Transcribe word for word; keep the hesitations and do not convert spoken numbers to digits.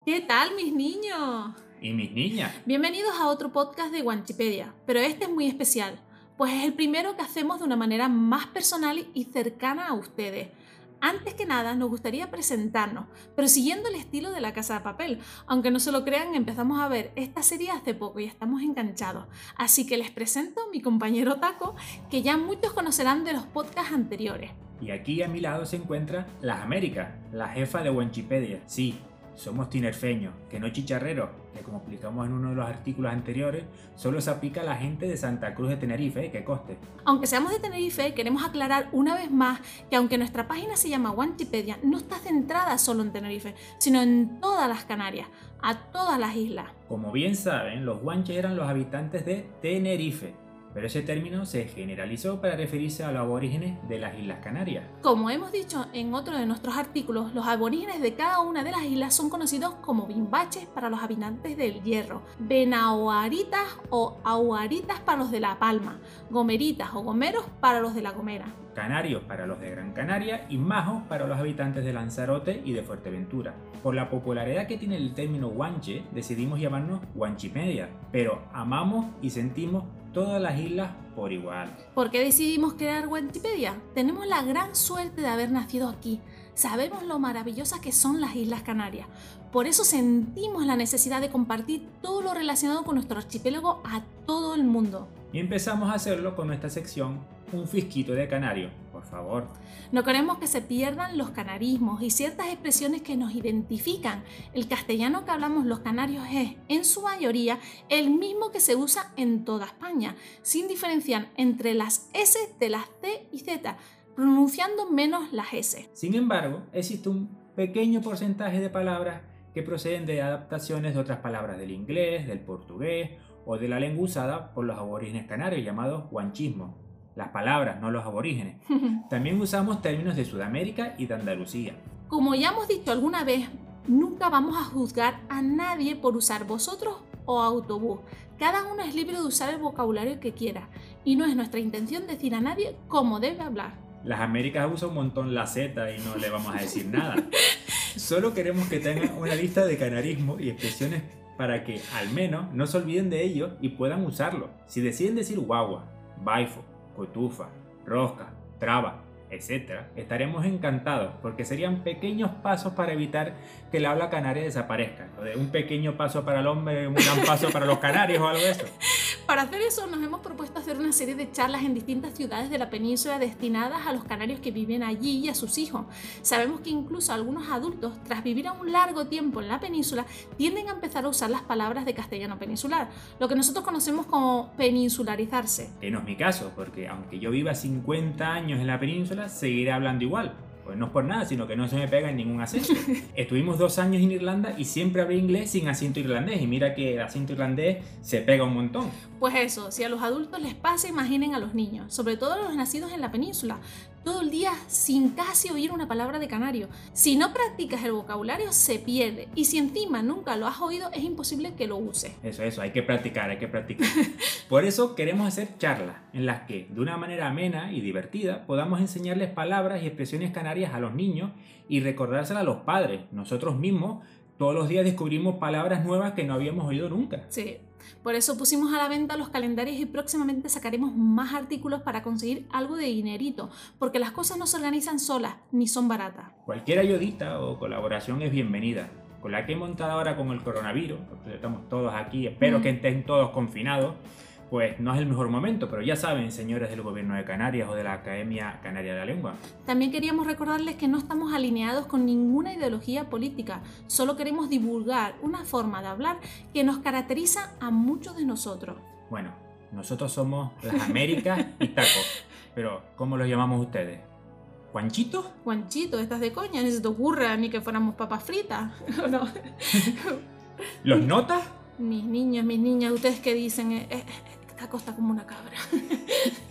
¿Qué tal, mis niños? ¿Y mis niñas? Bienvenidos a otro podcast de Wanchipedia, pero este es muy especial, pues es el primero que hacemos de una manera más personal y cercana a ustedes. Antes que nada, nos gustaría presentarnos, pero siguiendo el estilo de La Casa de Papel. Aunque no se lo crean, empezamos a ver esta serie hace poco y estamos enganchados. Así que les presento a mi compañero Taco, que ya muchos conocerán de los podcasts anteriores. Y aquí a mi lado se encuentra Las Américas, la jefa de Wanchipedia. Sí, somos tinerfeños, que no chicharreros, que como explicamos en uno de los artículos anteriores, solo se aplica a la gente de Santa Cruz de Tenerife, que coste. Aunque seamos de Tenerife, queremos aclarar una vez más que aunque nuestra página se llama Wanchipedia, no está centrada solo en Tenerife, sino en todas las Canarias, a todas las islas. Como bien saben, los guanches eran los habitantes de Tenerife, pero ese término se generalizó para referirse a los aborígenes de las Islas Canarias. Como hemos dicho en otro de nuestros artículos, los aborígenes de cada una de las islas son conocidos como bimbaches para los habitantes del Hierro, benauaritas o auaritas para los de La Palma, gomeritas o gomeros para los de La Gomera, Canarios para los de Gran Canaria y majos para los habitantes de Lanzarote y de Fuerteventura. Por la popularidad que tiene el término guanche, decidimos llamarnos Wanchipedia, pero amamos y sentimos todas las islas por igual. ¿Por qué decidimos crear Wanchipedia? Tenemos la gran suerte de haber nacido aquí. Sabemos lo maravillosas que son las Islas Canarias. Por eso sentimos la necesidad de compartir todo lo relacionado con nuestro archipiélago a todo el mundo. Y empezamos a hacerlo con nuestra sección Un Fisquito de Canario, por favor. No queremos que se pierdan los canarismos y ciertas expresiones que nos identifican. El castellano que hablamos los canarios es, en su mayoría, el mismo que se usa en toda España, sin diferenciar entre las S de las C y Z, pronunciando menos las S. Sin embargo, existe un pequeño porcentaje de palabras que proceden de adaptaciones de otras palabras del inglés, del portugués o de la lengua usada por los aborígenes canarios, llamados guanchismos. Las palabras, no los aborígenes. También usamos términos de Sudamérica y de Andalucía. Como ya hemos dicho alguna vez, nunca vamos a juzgar a nadie por usar vosotros o autobús. Cada uno es libre de usar el vocabulario que quiera y no es nuestra intención decir a nadie cómo debe hablar. Las Américas usan un montón la Z y no le vamos a decir nada. Solo queremos que tengan una lista de canarismos y expresiones para que al menos no se olviden de ellos y puedan usarlo. Si deciden decir guagua, baifo, cotufa, rosca, traba, etcétera, estaremos encantados porque serían pequeños pasos para evitar que el habla canaria desaparezca. O de un pequeño paso para el hombre, un gran paso para los canarios o algo de eso. Para hacer eso nos hemos propuesto hacer una serie de charlas en distintas ciudades de la península destinadas a los canarios que viven allí y a sus hijos. Sabemos que incluso algunos adultos, tras vivir a un largo tiempo en la península, tienden a empezar a usar las palabras de castellano peninsular, lo que nosotros conocemos como peninsularizarse. Que no es mi caso, porque aunque yo viva cincuenta años en la península, seguiré hablando igual. Pues no es por nada, sino que no se me pega en ningún acento. Estuvimos dos años en Irlanda y siempre hablé inglés sin acento irlandés. Y mira que el acento irlandés se pega un montón. Pues eso, si a los adultos les pasa, imaginen a los niños, sobre todo a los nacidos en la península, todo el día sin casi oír una palabra de canario. Si no practicas el vocabulario, se pierde. Y si encima nunca lo has oído, es imposible que lo uses. Eso, eso, hay que practicar, hay que practicar. Por eso queremos hacer charlas en las que, de una manera amena y divertida, podamos enseñarles palabras y expresiones canarias a los niños y recordárselas a los padres. Nosotros mismos todos los días descubrimos palabras nuevas que no habíamos oído nunca. Sí, por eso pusimos a la venta los calendarios y próximamente sacaremos más artículos para conseguir algo de dinerito, porque las cosas no se organizan solas ni son baratas. Cualquier ayudita o colaboración es bienvenida. Con la que he montado ahora con el coronavirus, porque estamos todos aquí, espero mm. que estén todos confinados, pues no es el mejor momento, pero ya saben, señores del Gobierno de Canarias o de la Academia Canaria de la Lengua. También queríamos recordarles que no estamos alineados con ninguna ideología política, solo queremos divulgar una forma de hablar que nos caracteriza a muchos de nosotros. Bueno, nosotros somos Las Américas y Taco, pero ¿cómo los llamamos ustedes? ¿Juanchitos? Juanchito, estás de coña, ni se te ocurra ni que fuéramos papas fritas. No. ¿Los notas? Mis niños, mis niñas, ¿ustedes qué dicen? Eh, eh, Taco está como una cabra.